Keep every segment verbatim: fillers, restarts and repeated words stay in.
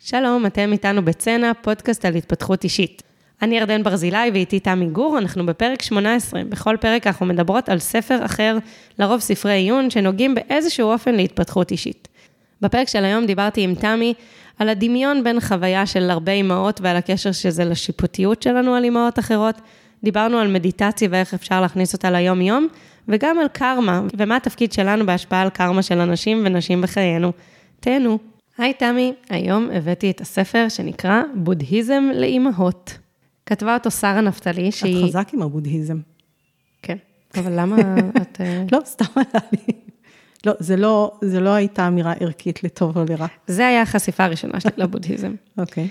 שלום, אתם איתנו בצנע, פודקאסט על התפתחות אישית. אני ירדן ברזילי ואיתי תמי גור, אנחנו בפרק שמונה עשרה. בכל פרק אנחנו מדברות על ספר אחר, לרוב ספרי עיון, שנוגעים באיזשהו אופן להתפתחות אישית. בפרק של היום דיברתי עם תמי על הדמיון בין חוויה של הרבה אימהות ועל הקשר שזה לשיפוטיות שלנו על אימהות אחרות. דיברנו על מדיטציה ואיך אפשר להכניס אותה ליום יום, וגם על קרמה, ומה התפקיד שלנו בהשפעה על קרמה של אנשים ונשים בחיינו. תהנו. היי תמי, היום הבאתי את הספר שנקרא בודהיזם לאימהות. כתבה אותו שרה נפתלי שהיא... את חזק עם הבודהיזם. כן, אבל למה את... לא, סתם עלה לי. לא, זה לא, זה לא הייתה אמירה ערכית לטוב או לרע. זה היה החשיפה הראשונה שלי לבודהיזם. אוקיי.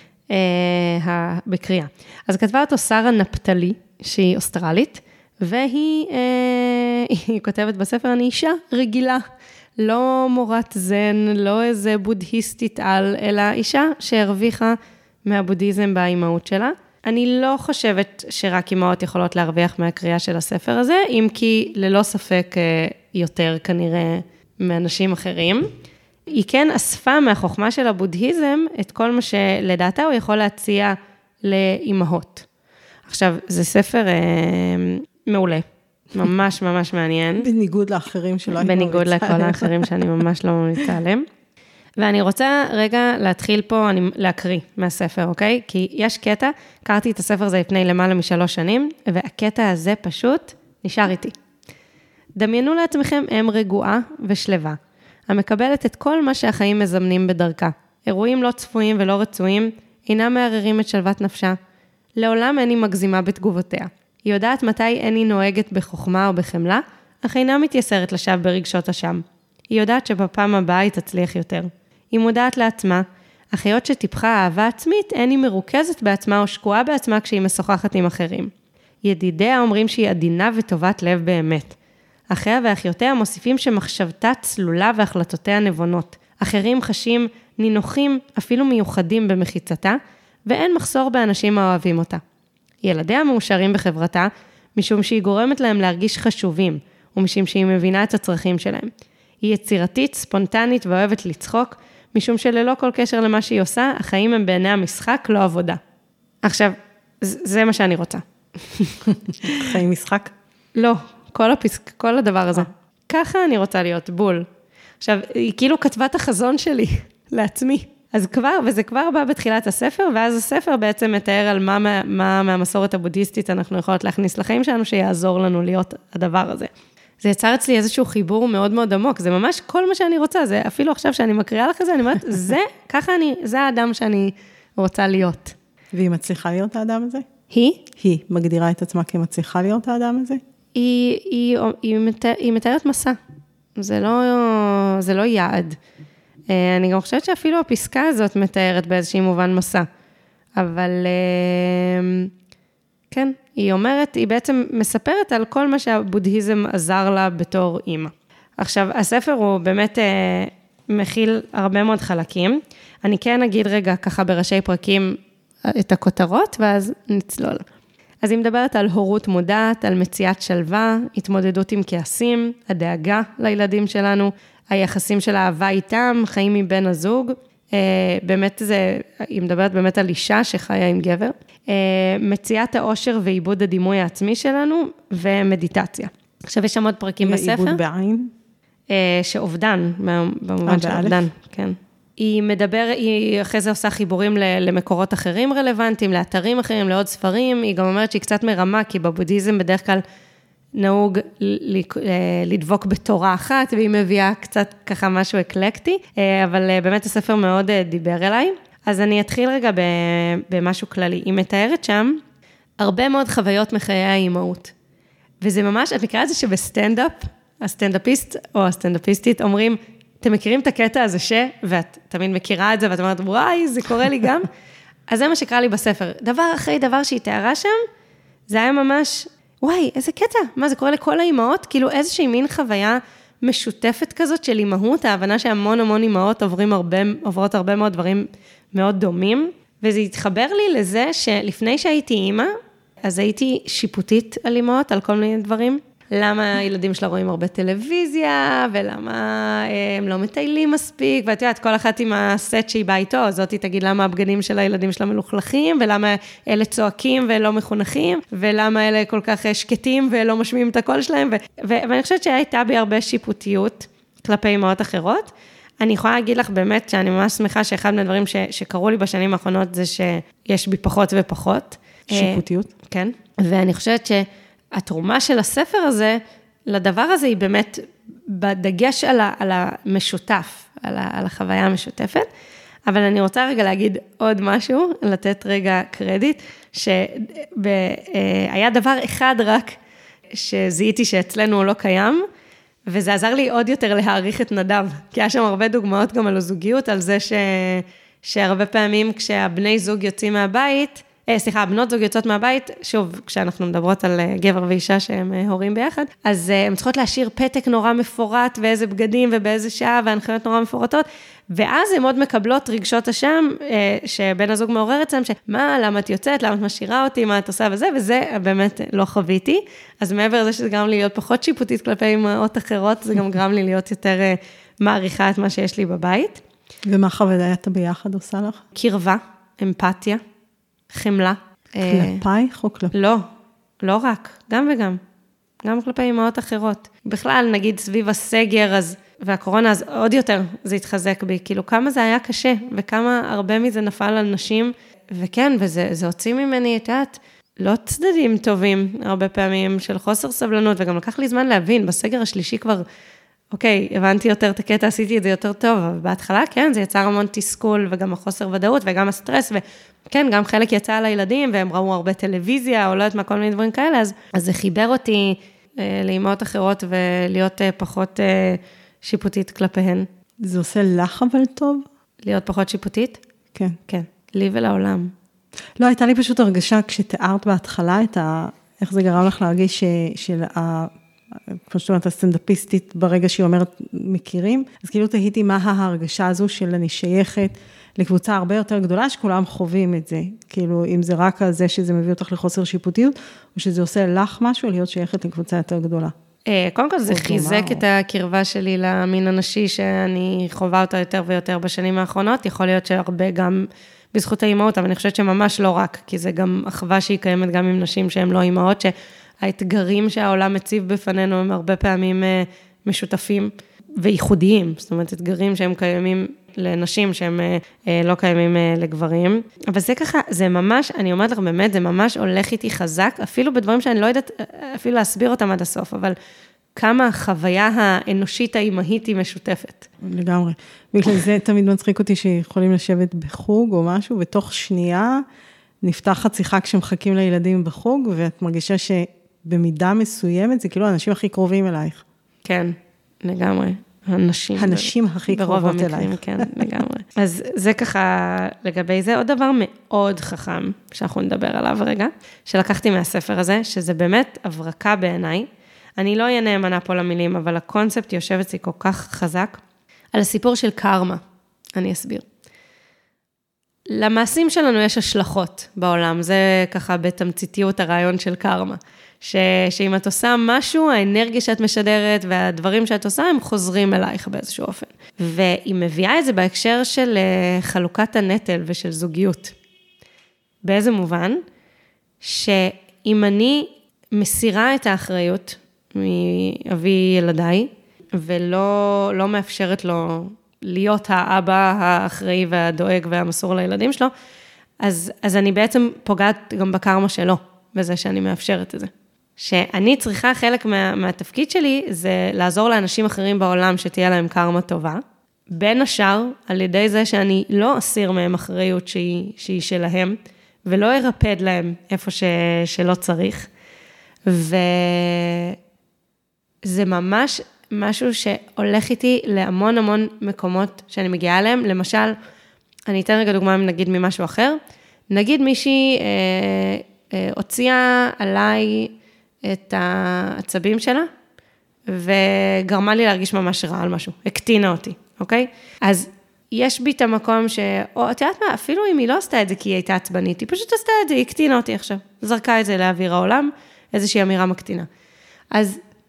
בקריאה. אז כתבה אותו שרה נפתלי, שהיא אוסטרלית, והיא היא כותבת בספר, אני אישה רגילה. לא מורת זן, לא איזה בודהיסטית על, אלא אישה שהרוויחה מהבודהיזם באימהות שלה. אני לא חושבת שרק אימהות יכולות להרוויח מהקריאה של הספר הזה, אם כי ללא ספק יותר כנראה מאנשים אחרים. היא כן אספה מהחוכמה של הבודהיזם את כל מה שלדעתה הוא יכול להציע לאימהות. עכשיו, זה ספר אה, מעולה. ממש ממש מעניין. בניגוד לאחרים שלא היינו בניגוד לכל האחרים שאני ממש לא ממליצה עליהם. ואני רוצה רגע להתחיל פה, אני להקריא מהספר, אוקיי? כי יש קטע, קראתי את הספר הזה לפני למעלה משלוש שנים, והקטע הזה פשוט נשאר איתי. דמיינו לעצמכם אם רגועה ושלווה, המקבלת את כל מה שהחיים מזמנים בדרכה. אירועים לא צפויים ולא רצויים, אינם מערערים את שלוות נפשה. לעולם איני מגזימה בתגובותיה. היא יודעת מתי איני נוהגת בחוכמה או בחמלה, אך אינה מתייסרת לשווא ברגשות אשם. היא יודעת שבפעם הבאה היא תצליח יותר. היא מודעת לעצמה, אך היות שטיפחה אהבה עצמית, איני מרוכזת בעצמה או שקועה בעצמה כשהיא משוחחת עם אחרים. ידידיה אומרים שהיא עדינה וטובת לב באמת. אחיה ואחיותיה מוסיפים שמחשבתה צלולה והחלטותיה נבונות. אחרים חשים נינוחים, אפילו מיוחדים במחיצתה, ואין מחסור באנשים האוהבים אותה. ילדיה מאושרים בחברתה, משום שהיא גורמת להם להרגיש חשובים, ומשום שהיא מבינה את הצרכים שלהם. היא יצירתית, ספונטנית ואוהבת לצחוק, משום שללא כל קשר למה שהיא עושה, החיים הם בעיני המשחק, לא עבודה. עכשיו, זה מה שאני רוצה. חיים משחק? לא, כל הפסק, כל הדבר הזה. ככה אני רוצה להיות, בול. עכשיו, היא כאילו כתבה את החזון שלי לעצמי. אז כבר, וזה כבר בא בתחילת הספר, ואז הספר בעצם מתאר על מה, מה מהמסורת הבודהיסטית אנחנו יכולות להכניס לחיים שלנו, שיעזור לנו להיות הדבר הזה. זה יצר אצלי איזשהו חיבור מאוד מאוד עמוק, זה ממש כל מה שאני רוצה, זה אפילו עכשיו שאני מקריאה לך את זה, אני אומרת, זה, ככה אני, זה האדם שאני רוצה להיות. והיא מצליחה להיות האדם הזה? היא? היא מגדירה את עצמה כמצליחה להיות האדם הזה? היא, היא, היא, מתאר, היא מתארת מסע, זה לא, זה לא יעד. אני גם חושבת שאפילו הפסקה הזאת מתארת באיזשהו מובן מסע, אבל כן, היא אומרת, היא בעצם מספרת על כל מה שהבודהיזם עזר לה בתור אימא. עכשיו, הספר הוא באמת מכיל הרבה מאוד חלקים, אני כן אגיד רגע ככה בראשי פרקים את הכותרות, ואז נצלול. אז היא מדברת על הורות מודעת, על מציאת שלווה, התמודדות עם כעסים, הדאגה לילדים שלנו, היחסים של האהבה איתם, חיים מבן הזוג, באמת זה, היא מדברת באמת על אישה שחיה עם גבר, מציאת האושר ועיבוד הדימוי העצמי שלנו, ומדיטציה. עכשיו יש שם עוד פרקים בספר. עיבוד בעין? שאובדן, במובן של אובדן, כן. היא מדבר, היא אחרי זה עושה חיבורים למקורות אחרים רלוונטיים, לאתרים אחרים, לעוד ספרים, היא גם אומרת שהיא קצת מרמה, כי בבודהיזם בדרך כלל נהוג לדבוק בתורה אחת, והיא מביאה קצת ככה משהו אקלקטי, אבל באמת הספר מאוד דיבר אליי. אז אני אתחיל רגע במשהו כללי. היא מתארת שם הרבה מאוד חוויות מחיי האימהות. וזה ממש, את מכירה את זה שבסטנדאפ, הסטנדאפיסט או הסטנדאפיסטית אומרים, אתם מכירים את הקטע הזה ש, ואת תמיד מכירה את זה, ואת אומרת, וואי, זה קורה לי גם. אז זה מה שקרה לי בספר. דבר אחרי דבר שהיא תיארה שם, זה היה ממש, וואי, איזה קטע, מה זה קורה לכל האימהות? כאילו איזושהי מין חוויה משותפת כזאת של אימהות, ההבנה שהמון המון אימהות עוברים הרבה, עוברות הרבה מאוד דברים מאוד דומים, וזה התחבר לי לזה שלפני שהייתי אימא, אז הייתי שיפוטית על אימהות, על כל מיני דברים. למה הילדים שלה רואים הרבה טלוויזיה, ולמה הם לא מטיילים מספיק, ואת יודעת, כל אחת עם הסט שהיא באה איתו, זאת היא תגיד למה הבגדים של הילדים שלה מלוכלכים, ולמה אלה צועקים ולא מחונכים, ולמה אלה כל כך שקטים ולא משמיעים את הקול שלהם, ו- ו- ואני חושבת שהייתה בי הרבה שיפוטיות כלפי אמהות אחרות. אני יכולה להגיד לך באמת שאני ממש שמחה שאחד מהדברים ש- שקרו לי בשנים האחרונות זה שיש בי פחות ופחות. שיפוטיות. כן, ואני חושבת שהתרומה של הספר הזה, לדבר הזה היא באמת בדגש על, ה- על המשותף, על, ה- על החוויה המשותפת, אבל אני רוצה רגע להגיד עוד משהו, לתת רגע קרדיט, שהיה דבר אחד רק שזיהיתי שאצלנו הוא לא קיים, וזה עזר לי עוד יותר להעריך את נדב, כי היה שם הרבה דוגמאות גם על הזוגיות, על זה ש... שהרבה פעמים כשהבני זוג יוצאים מהבית, אה, סליחה, הבנות זוג יוצאות מהבית, שוב, כשאנחנו מדברות על גבר ואישה שהם הורים ביחד, אז הן צריכות להשאיר פתק נורא מפורט, ואיזה בגדים ובאיזה שעה, והנחיות נורא מפורטות, ואז הן עוד מקבלות רגשות אשם, שבן הזוג מעורר אצלם, שמה, למה את יוצאת, למה את משאירה אותי, מה את עושה וזה, וזה באמת לא חוויתי. אז מעבר לזה שזה גרם לי להיות פחות שיפוטית כלפי אמהות אחרות, זה גם גרם לי להיות יותר מעריכה את מה שיש לי בבית. ומה חוויית ביחד עושה לך? קרבה, אמפתיה, חמלה. כלפייך או כלפי? לא, לא רק, גם וגם. גם כלפי אמהות אחרות. בכלל, נגיד סביב הסגר, אז, והקורונה, אז עוד יותר זה התחזק בי. כאילו, כמה זה היה קשה, וכמה הרבה מזה נפל על נשים, וכן, וזה זה הוציא ממני, את יודעת, לא צדדים טובים, הרבה פעמים של חוסר סבלנות, וגם לקח לי זמן להבין, בסגר השלישי כבר, אוקיי, הבנתי יותר את הקטע, עשיתי את זה יותר טוב, אבל בהתחלה, כן, זה יצר המון תסכול, וגם החוסר ודאות, וגם הסטרס, וכן, גם חלק יצא על הילדים, והם ראו הרבה טלוויזיה, או לא יודעת מה, כל מיני דברים כאלה, אז, אז זה חיבר אותי אה, לאמהות אחרות, ולהיות אה, פחות אה, שיפוטית כלפיהן. זה עושה לך אבל טוב? להיות פחות שיפוטית? כן. כן, לי ולעולם. לא, הייתה לי פשוט הרגשה, כשתיארת בהתחלה את ה... איך זה גרם לך להרגיש ש... של ה... כמו שאת אומרת, הסטנדאפיסטית, ברגע שהיא אומרת מכירים, אז כאילו תהיתי מה ההרגשה הזו של אני שייכת לקבוצה הרבה יותר גדולה, שכולם חווים את זה. כאילו, אם זה רק על זה שזה מביא אותך לחוסר שיפוטיות, או שזה עושה לך משהו להיות שייכת לקבוצה יותר גדולה. קודם כל זה חיזק את הקרבה שלי למין הנשי, שאני חווה אותה יותר ויותר בשנים האחרונות, יכול להיות שהרבה גם בזכות האימהות, אבל אני חושבת שממש לא רק, כי זה גם אחווה שהיא קיימת גם עם נשים שהן לא אימהות, שהאתגרים שהעולם מציב בפנינו הם הרבה פעמים משותפים וייחודיים, זאת אומרת, אתגרים שהם קיימים לנשים שהם לא קיימים לגברים, אבל זה ככה, זה ממש, אני אומרת לך באמת, זה ממש הולך איתי חזק, אפילו בדברים שאני לא יודעת אפילו להסביר אותם עד הסוף, אבל כמה החוויה האנושית האימהית היא משותפת. לגמרי. בגלל זה תמיד מצחיק אותי שיכולים לשבת בחוג או משהו, ותוך שנייה נפתחת שיחה כשמחכים לילדים בחוג, ואת מרגישה שבמידה מסוימת, זה כאילו האנשים הכי קרובים אלייך. כן, לגמרי. הנשים. הנשים הכי קרובות אלייך. ברוב המקרים, כן, לגמרי. אז זה ככה, לגבי זה, עוד דבר מאוד חכם, שאנחנו נדבר עליו רגע, שלקחתי מהספר הזה, שזה באמת הברקה בעיניי, אני לא אהיה נאמנה פה למילים, אבל הקונספט יושב אצלי כל כך חזק, על הסיפור של קרמה, אני אסביר. למעשים שלנו יש השלכות בעולם, זה ככה בתמציתיות הרעיון של קרמה, ש, שאם את עושה משהו, האנרגיה שאת משדרת והדברים שאת עושה, הם חוזרים אלייך באיזשהו אופן. והיא מביאה את זה בהקשר של חלוקת הנטל ושל זוגיות. באיזה מובן? שאם אני מסירה את האחריות, מאבי ילדיי, ולא לא מאפשרת לו להיות האבא האחראי והדואג והמסור לילדים שלו, אז, אז אני בעצם פוגעת גם בקרמה שלו, בזה שאני מאפשרת את זה. שאני צריכה, חלק מה, מהתפקיד שלי, זה לעזור לאנשים אחרים בעולם שתהיה להם קרמה טובה, בין השאר, על ידי זה שאני לא אסיר מהם אחריות שהיא, שהיא שלהם, ולא ארפד להם איפה ש, שלא צריך, ו... זה ממש משהו שהולך איתי להמון המון מקומות שאני מגיעה אליהם. למשל, אני אתן רגע דוגמה נגיד ממשהו אחר. נגיד מישהי אה, אה, הוציאה עליי את העצבים שלה, וגרמה לי להרגיש ממש רע על משהו. הקטינה אותי, אוקיי? אז יש בי את המקום ש... או את יודעת מה, אפילו אם היא לא עשתה את זה כי היא הייתה עצבנית, היא פשוט עשתה את זה, היא הקטינה אותי עכשיו. זרקה את זה לאוויר העולם, איזושהי אמירה מקטינה. אז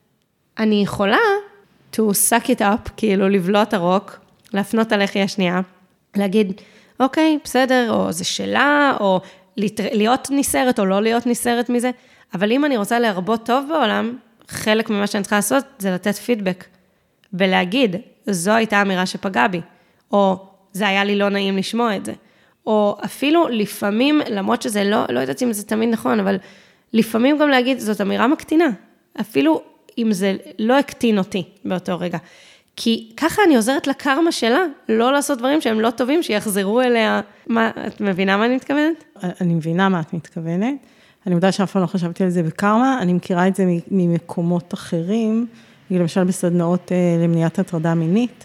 אני יכולה to suck it up, כאילו לבלוע את הרוק, להפנות על לחי השנייה, להגיד, אוקיי, בסדר, או זה שלה, או להיות ניסרת או לא להיות ניסרת מזה, אבל אם אני רוצה להרבות טוב בעולם, חלק ממה שאני צריכה לעשות זה לתת פידבק, ולהגיד, זו הייתה אמירה שפגעה בי, או זה היה לי לא נעים לשמוע את זה, או אפילו לפעמים, למרות שזה לא, לא יודעת אם זה תמיד נכון, אבל לפעמים גם להגיד, זאת אמירה מקטינה, אפילו אם זה לא הקטין אותי באותו רגע, כי ככה אני עוזרת לקרמה שלה, לא לעשות דברים שהם לא טובים, שיחזרו אליה. מה, את מבינה מה אני מתכוונת? אני מבינה מה את מתכוונת. אני יודעת שאף פעם לא חשבתי על זה בקרמה, אני מכירה את זה ממקומות אחרים, למשל בסדנאות למניעת הטרדה מינית,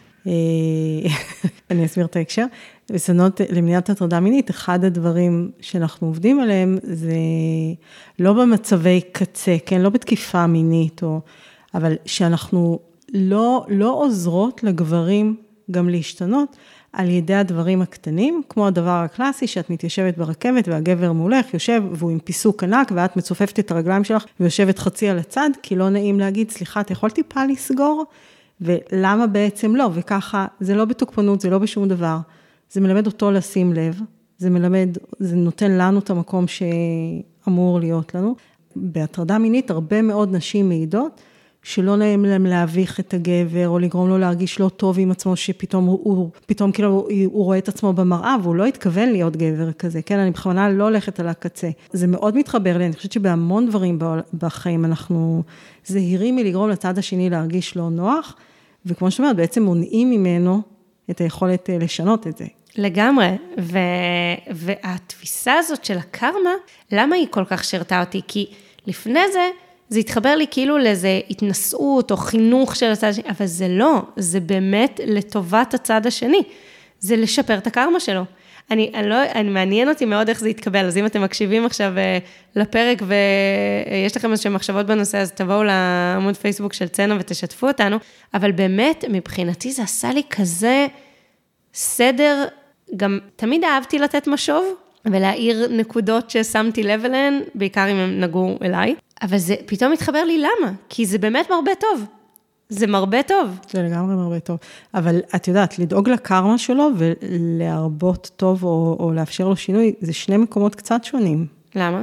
אני אסביר את ההקשר, בסדנאות למניעת הטרדה מינית, אחד הדברים שאנחנו עובדים עליהם, זה לא במצבי קצה, כן, לא בתקיפה מינית, או, אבל שאנחנו לא, לא עוזרות לגברים גם להשתנות, על ידי הדברים הקטנים, כמו הדבר הקלאסי, שאת מתיישבת ברכבת, והגבר מולך יושב, והוא עם פיסוק ענק, ואת מצופפת את הרגליים שלך, ויושבת חצי על הצד, כי לא נעים להגיד, סליחה, אתה יכול טיפה לסגור? ולמה בעצם לא? וככה, זה לא בתוקפנות, זה לא בשום דבר. זה מלמד אותו לשים לב, זה מלמד, זה נותן לנו את המקום שאמור להיות לנו. בהטרדה מינית, הרבה מאוד נשים מעידות, שלא נעים להם להביך את הגבר, או לגרום לו להרגיש לא טוב עם עצמו, שפתאום הוא, הוא, פתאום כאילו הוא, הוא רואה את עצמו במראה, והוא לא התכוון להיות גבר כזה, כן, אני בכוונה לא הולכת על הקצה. זה מאוד מתחבר לי, אני חושבת שבהמון דברים בחיים אנחנו זהירים מלגרום לצד השני להרגיש לא נוח, וכמו שאת אומרת, בעצם מונעים ממנו את היכולת לשנות את זה. לגמרי, ו... והתפיסה הזאת של הקרמה, למה היא כל כך שרתה אותי? כי לפני זה, זה התחבר לי כאילו לאיזה התנסות או חינוך של הצד השני, אבל זה לא, זה באמת לטובת הצד השני, זה לשפר את הקרמה שלו. אני, אני לא, אני מעניין אותי מאוד איך זה יתקבל, אז אם אתם מקשיבים עכשיו לפרק ויש לכם איזושהי מחשבות בנושא, אז תבואו לעמוד פייסבוק של צנע ותשתפו אותנו, אבל באמת מבחינתי זה עשה לי כזה סדר, גם תמיד אהבתי לתת משוב, ולהעיר נקודות ששמתי לב אליהן, בעיקר אם הם נגעו אליי, אבל זה פתאום התחבר לי למה? כי זה באמת מרבה טוב. זה מרבה טוב. זה לגמרי מרבה טוב. אבל את יודעת, לדאוג לקרמה שלו ולהרבות טוב או, או לאפשר לו שינוי, זה שני מקומות קצת שונים. למה?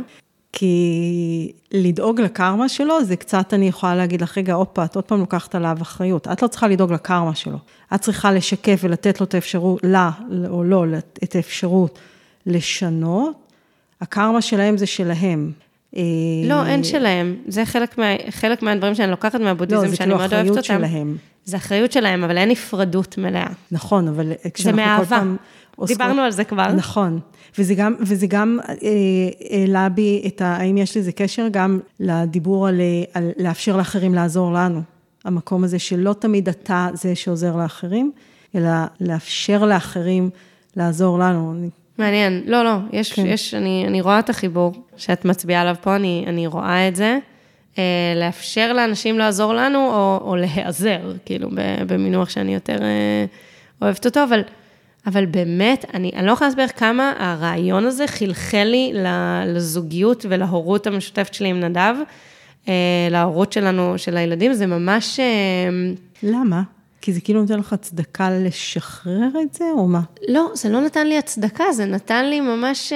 כי לדאוג לקרמה שלו, זה קצת אני יכולה להגיד לך, רגע, אופה, את עוד פעם לוקחת עליו אחריות. את לא צריכה לדאוג לקרמה שלו. את צריכה לשקף ולתת לו את האפשרות, לה או לא, את האפשרות לשנות. הקרמה שלהם זה שלהם. לא, אין שלהם. זה חלק, מה, חלק מהדברים שאני לוקחת מהבודהיזם, לא, שאני מאוד אוהבת אותם. שלהם. זה אחריות שלהם, אבל אין נפרדות מלאה. נכון, אבל זה מאהבה. דיברנו על זה כבר. נכון. וזה גם, וזה גם העלה בי את ה, האם יש לזה קשר גם לדיבור על, על לאפשר לאחרים לעזור לנו. המקום הזה שלא תמיד אתה זה שעוזר לאחרים, אלא לאפשר לאחרים לעזור לנו. מעניין. לא, לא. יש, כן. יש, אני, אני רואה את החיבור שאת מצביעה עליו פה, אני, אני רואה את זה. לאפשר לאנשים לעזור לנו, או, או להיעזר, כאילו, במינוח שאני יותר אוהבת אותו, אבל, אבל באמת, אני, אני לא יכולה להסביר כמה הרעיון הזה חלחל לי לזוגיות ולהורות המשותפת שלי עם נדב, להורות שלנו, של הילדים, זה ממש... למה? כי זה כאילו נותן לך הצדקה לשחרר את זה, או מה? לא, זה לא נתן לי הצדקה, זה נתן לי ממש...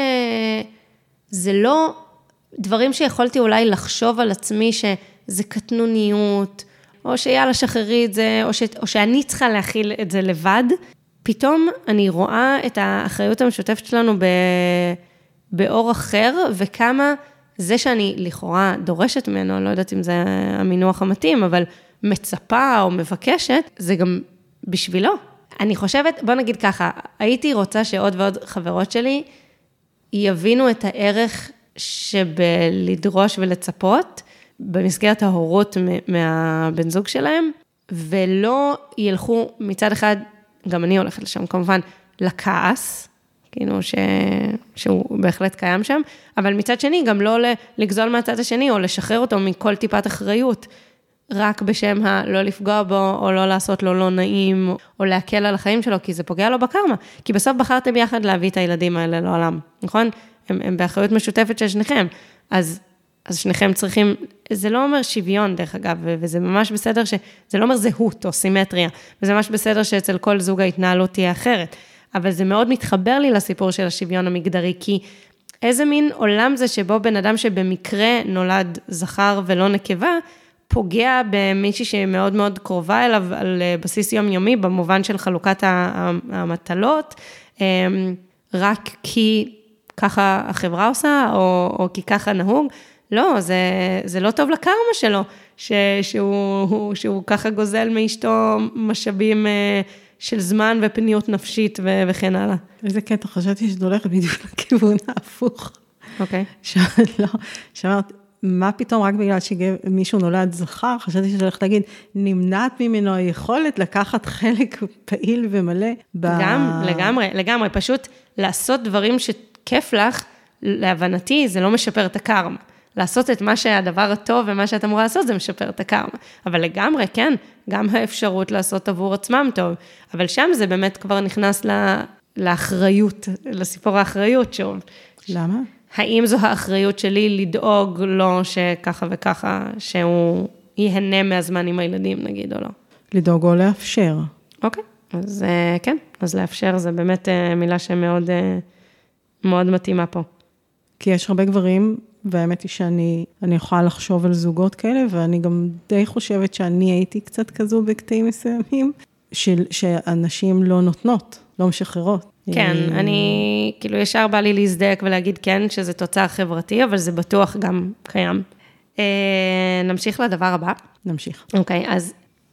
זה לא... דברים שיכולתי אולי לחשוב על עצמי שזה קטנוניות, או שיאללה שחררי את זה, או, ש... או שאני צריכה להכיל את זה לבד, פתאום אני רואה את האחריות המשותפת שלנו ב... באור אחר, וכמה זה שאני לכאורה דורשת ממנו, לא יודעת אם זה המינוח המתאים, אבל מצפה או מבקשת, זה גם בשבילו. אני חושבת, בוא נגיד ככה, הייתי רוצה שעוד ועוד חברות שלי יבינו את הערך שבלדרוש ולצפות, במסגרת ההורות מהבן זוג שלהם, ולא ילכו מצד אחד, גם אני הולכת לשם כמובן, לכעס, כאילו ש... שהוא בהחלט קיים שם, אבל מצד שני גם לא לגזול מהצד השני, או לשחרר אותו מכל טיפת אחריות, רק בשם הלא לפגוע בו, או לא לעשות לו לא נעים, או להקל על החיים שלו, כי זה פוגע לו בקרמה, כי בסוף בחרתם יחד להביא את הילדים האלה לעולם, נכון? הם, הם באחריות משותפת של שניכם, אז אז שניכם צריכים, זה לא אומר שוויון דרך אגב, וזה ממש בסדר ש, זה לא אומר זהות או סימטריה, וזה ממש בסדר שאצל כל זוג ההתנהלות תהיה אחרת, אבל זה מאוד מתחבר לי לסיפור של השוויון המגדרי, כי איזה מין עולם זה שבו בן אדם שבמקרה נולד זכר ולא נקבה, פוגע במישהי שמאוד מאוד קרובה אליו על בסיס יומיומי, במובן של חלוקת המטלות, רק כי ככה החברה עושה, או, או כי ככה נהוג. לא, זה, זה לא טוב לקרמה שלו, ש, שהוא, שהוא ככה גוזל מאשתו משאבים של זמן ופניות נפשית ו, וכן הלאה. איזה קטע, חשבתי שזה הולך בדיוק לכיוון ההפוך. אוקיי. לא, שאמרת, מה פתאום רק בגלל שמישהו נולד זכר, חשבתי שזה הולך להגיד, נמנעת ממנו היכולת לקחת חלק פעיל ומלא. ב... גם, לגמרי, לגמרי, פשוט לעשות דברים שכיף לך, להבנתי, זה לא משפר את הקרמה. לעשות את מה שהדבר הטוב ומה שאת אמורה לעשות, זה משפר את הקרמה. אבל לגמרי, כן, גם האפשרות לעשות עבור עצמם טוב. אבל שם זה באמת כבר נכנס לה, לאחריות, לסיפור האחריות שוב. למה? האם זו האחריות שלי לדאוג לו שככה וככה, שהוא ייהנה מהזמן עם הילדים, נגיד, או לא? לדאוג או לאפשר. אוקיי, אז כן, אז לאפשר זה באמת מילה שמאוד מאוד מתאימה פה. כי יש הרבה גברים, והאמת היא שאני אני יכולה לחשוב על זוגות כאלה, ואני גם די חושבת שאני הייתי קצת כזו בקטעים מסוימים, של, שאנשים לא נותנות, לא משחררות. כן, אני, כאילו, ישר בא לי להזדק ולהגיד כן, שזה תוצר חברתי, אבל זה בטוח גם קיים. נמשיך לדבר הבא. נמשיך. אוקיי, אז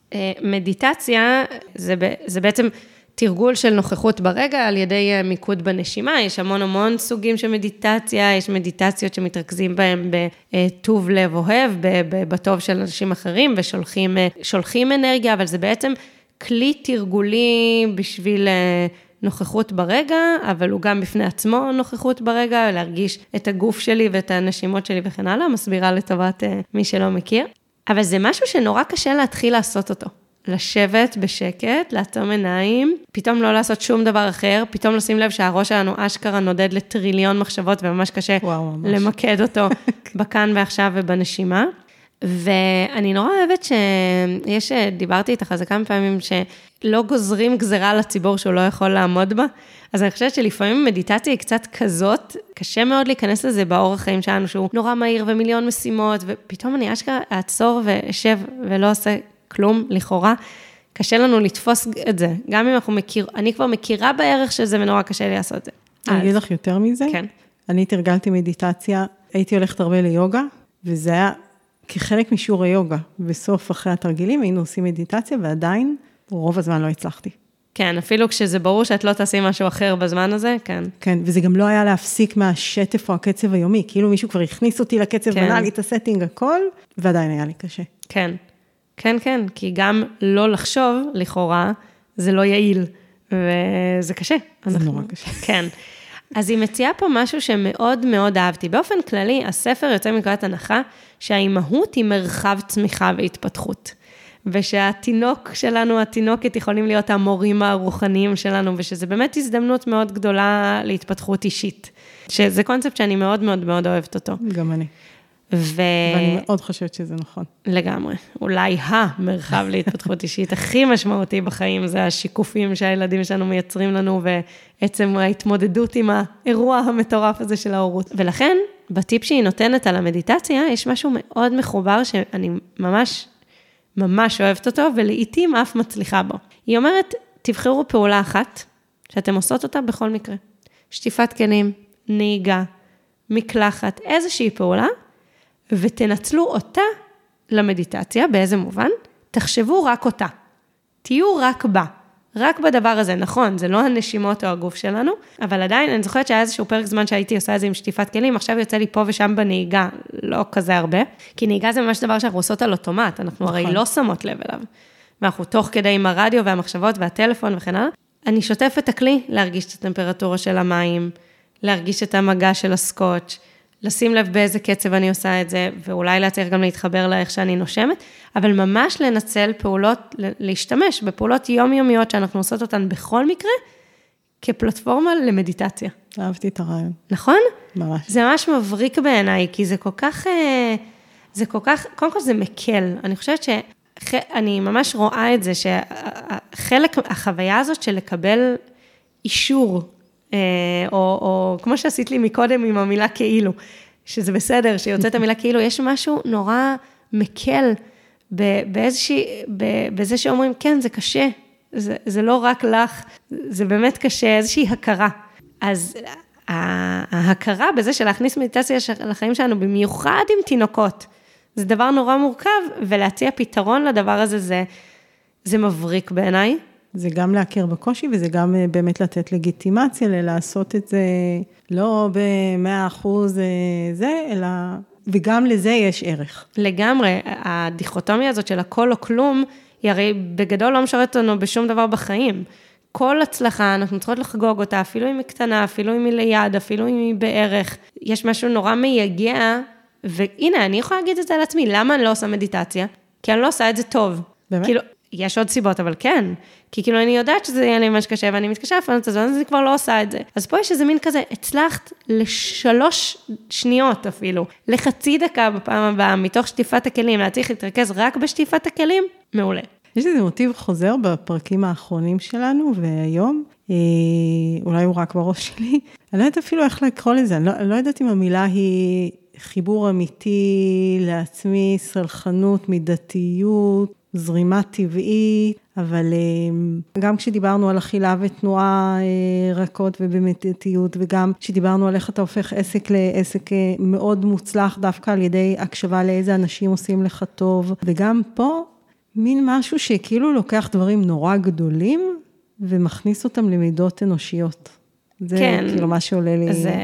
מדיטציה, זה, זה בעצם תרגול של נוכחות ברגע, על ידי מיקוד בנשימה, יש המון המון סוגים של מדיטציה, יש מדיטציות שמתרכזים בהם בטוב לב אוהב, בטוב של אנשים אחרים, ושולחים שולחים אנרגיה, אבל זה בעצם כלי תרגולי בשביל נוכחות ברגע, אבל הוא גם בפני עצמו נוכחות ברגע, להרגיש את הגוף שלי ואת הנשימות שלי וכן הלאה, מסבירה לטובת מי שלא מכיר. אבל זה משהו שנורא קשה להתחיל לעשות אותו. לשבת בשקט, לעצום עיניים, פתאום לא לעשות שום דבר אחר, פתאום לשים לב שהראש שלנו אשכרה נודד לטריליון מחשבות, וממש קשה וואו, ממש. למקד אותו בכאן ועכשיו ובנשימה. ואני נורא אוהבת שיש, דיברתי איתך על זה כמה פעמים, שלא גוזרים גזרה לציבור שהוא לא יכול לעמוד בה, אז אני חושבת שלפעמים מדיטציה היא קצת כזאת, קשה מאוד להיכנס לזה באורח חיים שלנו, שהוא נורא מהיר ומיליון משימות, ופתאום אני אשכרה אעצור ואשב ולא עושה כלום, לכאורה, קשה לנו לתפוס את זה, גם אם אנחנו מכיר, אני כבר מכירה בערך של זה, ונורא קשה לי לעשות את זה. אני אגיד לך יותר מזה, כן. אני תרגלתי מדיטציה, הייתי הולכת הרבה ליוגה, וזה היה כחלק משיעור היוגה, בסוף אחרי התרגילים היינו עושים מדיטציה, ועדיין רוב הזמן לא הצלחתי. כן, אפילו כשזה ברור שאת לא תעשי משהו אחר בזמן הזה, כן. כן, וזה גם לא היה להפסיק מהשטף או הקצב היומי, כאילו מישהו כבר הכניס אותי לקצב, כן. בנה לי את הסטינג הכל, ועדיין היה לי קשה. כן, כן, כן, כי גם לא לחשוב, לכאורה, זה לא יעיל, וזה קשה. זה אנחנו... נורא קשה. כן. אז היא מציעה פה משהו שמאוד מאוד אהבתי. באופן כללי, הספר יוצא מנקודת הנחה שהאימהות היא מרחב צמיחה והתפתחות. ושהתינוק שלנו, התינוקת, יכולים להיות המורים הרוחניים שלנו, ושזה באמת הזדמנות מאוד גדולה להתפתחות אישית. שזה קונספט שאני מאוד מאוד מאוד אוהבת אותו. גם אני. ו... ואני מאוד חושבת שזה נכון. לגמרי. אולי המרחב להתפתחות אישית הכי משמעותי בחיים, זה השיקופים שהילדים שלנו מייצרים לנו, ועצם ההתמודדות עם האירוע המטורף הזה של ההורות. ולכן, בטיפ שהיא נותנת על המדיטציה, יש משהו מאוד מחובר שאני ממש, ממש אוהבת אותו, ולעיתים אף מצליחה בו. היא אומרת, תבחרו פעולה אחת, שאתם עושות אותה בכל מקרה. שטיפת כלים, נהיגה, מקלחת, איזושהי פעולה, ותנצלו אותה למדיטציה, באיזה מובן? תחשבו רק אותה. תהיו רק בה. רק בדבר הזה, נכון, זה לא הנשימות או הגוף שלנו, אבל עדיין, אני זוכרת שהיה איזשהו פרק זמן שהייתי עושה את זה עם שטיפת כלים, עכשיו יוצא לי פה ושם בנהיגה, לא כזה הרבה, כי נהיגה זה ממש דבר שאנחנו עושות על אוטומט, אנחנו הרי לא שמות לב אליו, ואנחנו תוך כדי עם הרדיו והמחשבות והטלפון וכן הלאה, אני שוטפת את הכלי, להרגיש את הטמפרטורה של המים, להרגיש את המגע של הסקוץ', לשים לב באיזה קצב אני עושה את זה, ואולי להצליח גם להתחבר לאיך שאני נושמת, אבל ממש לנצל פעולות, להשתמש בפעולות יומיומיות שאנחנו עושות אותן בכל מקרה, כפלטפורמה למדיטציה. אהבתי את הרעיון. נכון? ממש. זה ממש מבריק בעיניי, כי זה כל כך, זה כל כך, קודם כל זה מקל. אני חושבת שאני ממש רואה את זה, שחלק, החוויה הזאת של לקבל אישור, או, או כמו שעשית לי מקודם עם המילה כאילו, שזה בסדר, שיוצאת המילה כאילו, יש משהו נורא מקל, באיזושהי, בזה שאומרים, כן, זה קשה, זה, זה לא רק לך, זה באמת קשה, איזושהי הכרה. אז ההכרה בזה של להכניס מדיטציה לחיים שלנו, במיוחד עם תינוקות, זה דבר נורא מורכב, ולהציע פתרון לדבר הזה, זה, זה מבריק בעיניי. זה גם להכיר בקושי, וזה גם באמת לתת לגיטימציה, לעשות את זה לא ב-מאה אחוז זה, אלא, וגם לזה יש ערך. לגמרי, הדיכוטומיה הזאת של הכל או כלום, היא הרי בגדול לא משרת לנו בשום דבר בחיים. כל הצלחה, אנחנו צריכות לחגוג אותה, אפילו אם היא קטנה, אפילו אם היא ליד, אפילו אם היא בערך. יש משהו נורא מייגע, והנה, אני יכולה להגיד את זה על עצמי, למה אני לא עושה מדיטציה? כי אני לא עושה את זה טוב. באמת? כאילו, יש עוד סיבות, אבל כן. כי כאילו, אני יודעת שזה יהיה לי ממש קשה, ואני מתקשה לפנות את זה, אז אני כבר לא עושה את זה. אז פה יש איזה מין כזה, הצלחת לשלוש שניות אפילו, לחצי דקה בפעם הבאה, מתוך שטיפת הכלים, להצליח להתרכז רק בשטיפת הכלים, מעולה. יש איזה מוטיב חוזר בפרקים האחרונים שלנו, והיום, אולי הוא רק בראש שלי, אני לא יודעת אפילו איך לקרוא לזה, אני לא, אני לא יודעת אם המילה היא חיבור אמיתי לעצמי, סלחנות, מידתיות, זרימה טבעית, אבל גם כשדיברנו על אכילה ותנועה רכות ובמידתיות, וגם כשדיברנו על איך אתה הופך עסק לעסק מאוד מוצלח, דווקא על ידי הקשבה לאיזה אנשים עושים לך טוב, וגם פה, מין משהו שכאילו לוקח דברים נורא גדולים, ומכניס אותם למידות אנושיות. זה כן, כאילו מה שעולה לי. אז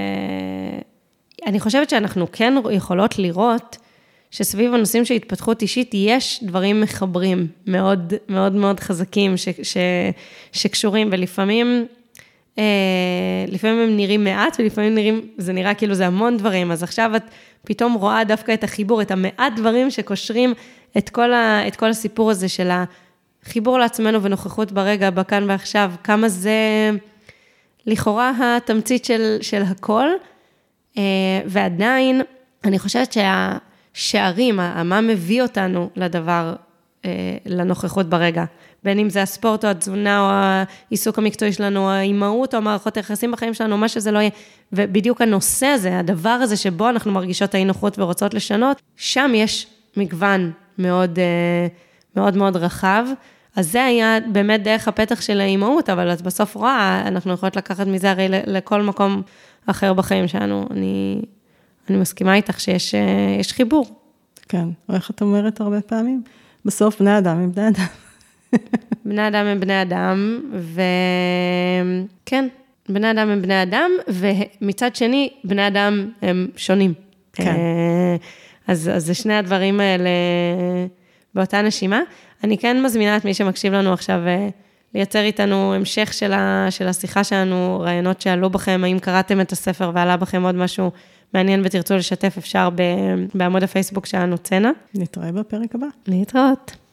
אני חושבת שאנחנו כן יכולות לראות, שסביב הנושאים של התפתחות אישית, יש דברים מחברים, מאוד מאוד מאוד חזקים, ש, ש, שקשורים, ולפעמים, אה, לפעמים הם נראים מעט, ולפעמים נראים, זה נראה כאילו זה המון דברים, אז עכשיו את פתאום רואה דווקא את החיבור, את המעט דברים שקושרים את כל, ה, את כל הסיפור הזה של החיבור לעצמנו ונוכחות ברגע, בכאן ועכשיו, כמה זה לכאורה התמצית של, של הכל, אה, ועדיין אני חושבת שה... שערים, מה מביא אותנו לדבר, לנוכחות ברגע. בין אם זה הספורט או התזונה או העיסוק המקצועי שלנו, או האימהות או מערכות היחסים בחיים שלנו, מה שזה לא יהיה. ובדיוק הנושא הזה, הדבר הזה שבו אנחנו מרגישות האי-נוחות ורוצות לשנות, שם יש מגוון מאוד מאוד מאוד רחב. אז זה היה באמת דרך הפתח של האימהות, אבל את בסוף רואה, אנחנו יכולות לקחת מזה הרי לכל מקום אחר בחיים שלנו. אני... אני מסכימה איתך שיש יש חיבור. כן, או איך את אומרת הרבה פעמים? בסוף בני אדם הם בני אדם. בני אדם הם בני אדם, וכן, בני אדם הם בני אדם, ומצד שני, בני אדם הם שונים. כן. אז, אז זה שני הדברים האלה באותה נשימה. אני כן מזמינה את מי שמקשיב לנו עכשיו, לייצר איתנו המשך של, ה, של השיחה שלנו, רעיונות שעלו בכם, האם קראתם את הספר ועלה בכם עוד משהו מעניין ותרצו לשתף, אפשר בעמוד הפייסבוק שלנו צנע. נתראה בפרק הבא. להתראות.